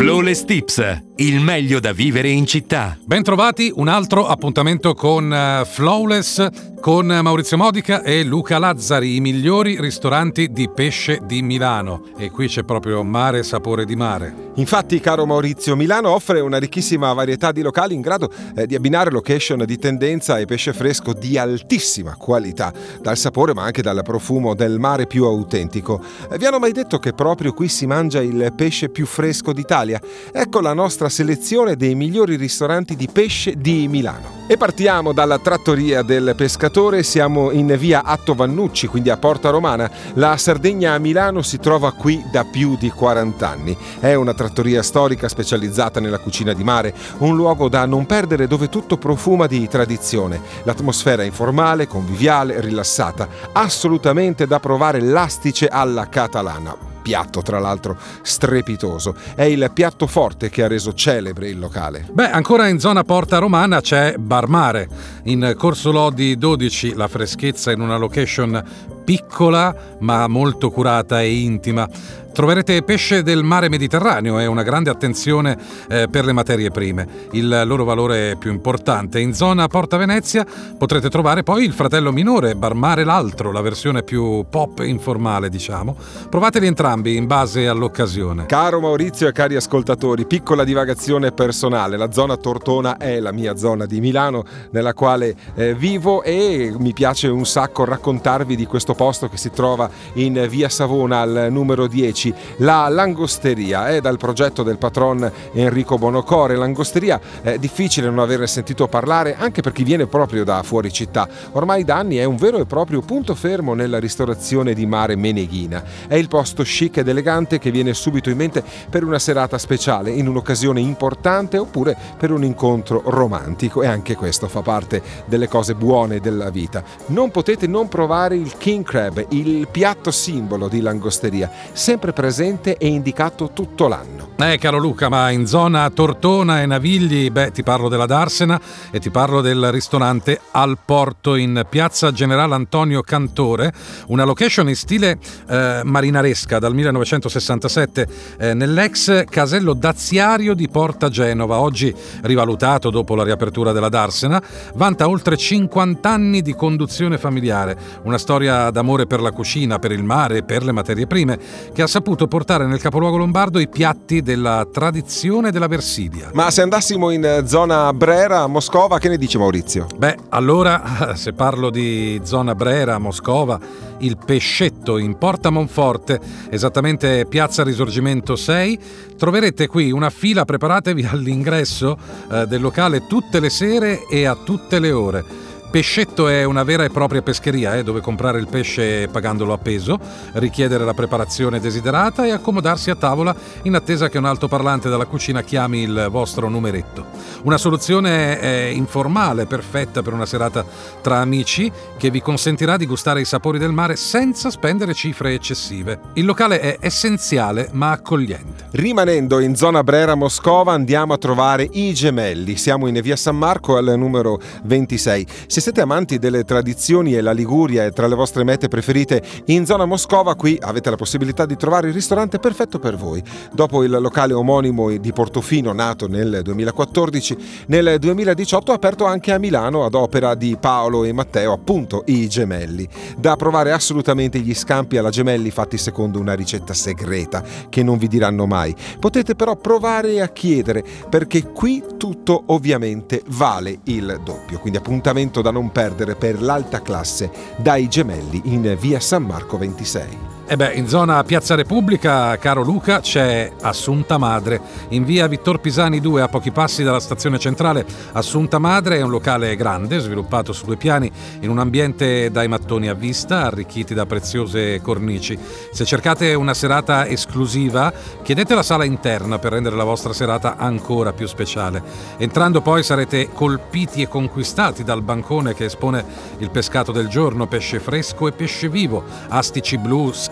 Flawless Tips, il meglio da vivere in città. Bentrovati, un altro appuntamento con Flawless, con Maurizio Modica e Luca Lazzari, i migliori ristoranti di pesce di Milano. E qui c'è proprio mare e sapore di mare. Infatti, caro Maurizio, Milano offre una ricchissima varietà di locali in grado di abbinare location di tendenza e pesce fresco di altissima qualità, dal sapore ma anche dal profumo del mare più autentico. Vi hanno mai detto che proprio qui si mangia il pesce più fresco d'Italia? Ecco la nostra selezione dei migliori ristoranti di pesce di Milano. E partiamo dalla Trattoria del Pescatore. Siamo in via Atto Vannucci, quindi a Porta Romana. La Sardegna a Milano si trova qui da più di 40 anni. È una trattoria storica specializzata nella cucina di mare, un luogo da non perdere dove tutto profuma di tradizione. L'atmosfera è informale, conviviale, rilassata, assolutamente da provare l'astice alla catalana. Piatto tra l'altro strepitoso. È il piatto forte che ha reso celebre il locale. Ancora in zona Porta Romana c'è Bar Mare, in Corso Lodi 12, la freschezza in una location piccola ma molto curata e intima. Troverete pesce del mare Mediterraneo e una grande attenzione per le materie prime, il loro valore più importante. In zona Porta Venezia potrete trovare poi il fratello minore, Bar Mare l'altro, la versione più pop informale, diciamo. Provateli entrambi in base all'occasione. Caro Maurizio e cari ascoltatori, piccola divagazione personale: la zona Tortona è la mia zona di Milano nella quale vivo, e mi piace un sacco raccontarvi di questo posto che si trova in via Savona al numero 10. La Langosteria è dal progetto del patron Enrico Bonocore. Langosteria è difficile non averne sentito parlare anche per chi viene proprio da fuori città. Ormai da anni è un vero e proprio punto fermo nella ristorazione di mare meneghina. È il posto chic ed elegante che viene subito in mente per una serata speciale, in un'occasione importante oppure per un incontro romantico, e anche questo fa parte delle cose buone della vita. Non potete non provare il King Crab, il piatto simbolo di Langosteria, sempre presente e indicato tutto l'anno. Caro Luca, ma in zona Tortona e Navigli, ti parlo della Darsena e ti parlo del ristorante Al Porto in piazza Generale Antonio Cantore, una location in stile marinaresca dal 1967 nell'ex casello daziario di Porta Genova, oggi rivalutato dopo la riapertura della Darsena. Vanta oltre 50 anni di conduzione familiare, una storia d'amore per la cucina, per il mare e per le materie prime, che ha saputo portare nel capoluogo lombardo i piatti della tradizione della Versilia. Ma se andassimo in zona Brera, Moscova, che ne dice Maurizio? Allora, se parlo di zona Brera, Moscova, il Pescetto in Porta Monforte, esattamente piazza Risorgimento 6, troverete qui una fila. Preparatevi all'ingresso del locale tutte le sere e a tutte le ore. Pescetto è una vera e propria pescheria, dove comprare il pesce pagandolo a peso, richiedere la preparazione desiderata e accomodarsi a tavola in attesa che un altoparlante dalla cucina chiami il vostro numeretto. Una soluzione informale, perfetta per una serata tra amici, che vi consentirà di gustare i sapori del mare senza spendere cifre eccessive. Il locale è essenziale ma accogliente. Rimanendo in zona Brera Moscova, andiamo a trovare i Gemelli. Siamo in via San Marco al numero 26. Se siete amanti delle tradizioni e la Liguria è tra le vostre mete preferite in zona Moscova, qui avete la possibilità di trovare il ristorante perfetto per voi. Dopo il locale omonimo di Portofino, nato nel 2014, nel 2018 ha aperto anche a Milano ad opera di Paolo e Matteo, appunto i Gemelli. Da provare assolutamente gli scampi alla Gemelli fatti secondo una ricetta segreta che non vi diranno mai. Potete però provare a chiedere, perché qui tutto ovviamente vale il doppio. Quindi appuntamento da non perdere per l'alta classe dai Gemelli in via San Marco 26. In zona Piazza Repubblica, caro Luca, c'è Assunta Madre, in via Vittor Pisani 2, a pochi passi dalla stazione centrale. Assunta Madre è un locale grande, sviluppato su 2 piani, in un ambiente dai mattoni a vista, arricchiti da preziose cornici. Se cercate una serata esclusiva, chiedete la sala interna per rendere la vostra serata ancora più speciale. Entrando poi sarete colpiti e conquistati dal bancone che espone il pescato del giorno, pesce fresco e pesce vivo, astici blu,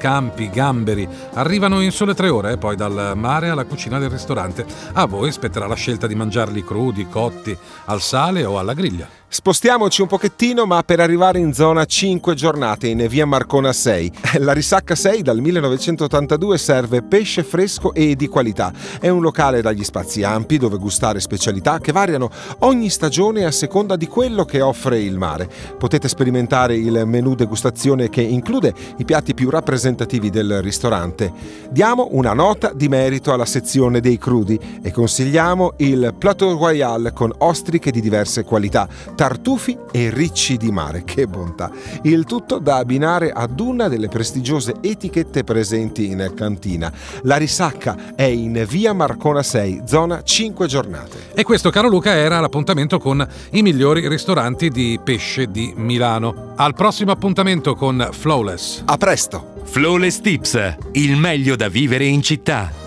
scampi, gamberi. Arrivano in sole 3 ore, poi dal mare alla cucina del ristorante. A voi spetterà la scelta di mangiarli crudi, cotti, al sale o alla griglia. Spostiamoci un pochettino, ma per arrivare in zona 5 giornate in via Marcona 6. La Risacca 6 dal 1982 serve pesce fresco e di qualità. È un locale dagli spazi ampi dove gustare specialità che variano ogni stagione a seconda di quello che offre il mare. Potete sperimentare il menù degustazione che include i piatti più rappresentativi del ristorante. Diamo una nota di merito alla sezione dei crudi e consigliamo il Plateau Royal con ostriche di diverse qualità, tartufi e ricci di mare. Che bontà! Il tutto da abbinare ad una delle prestigiose etichette presenti in cantina. La Risacca è in via Marcona 6, zona 5 giornate. E questo, caro Luca, era l'appuntamento con i migliori ristoranti di pesce di Milano. Al prossimo appuntamento con Flawless. A presto! Flawless Tips, il meglio da vivere in città.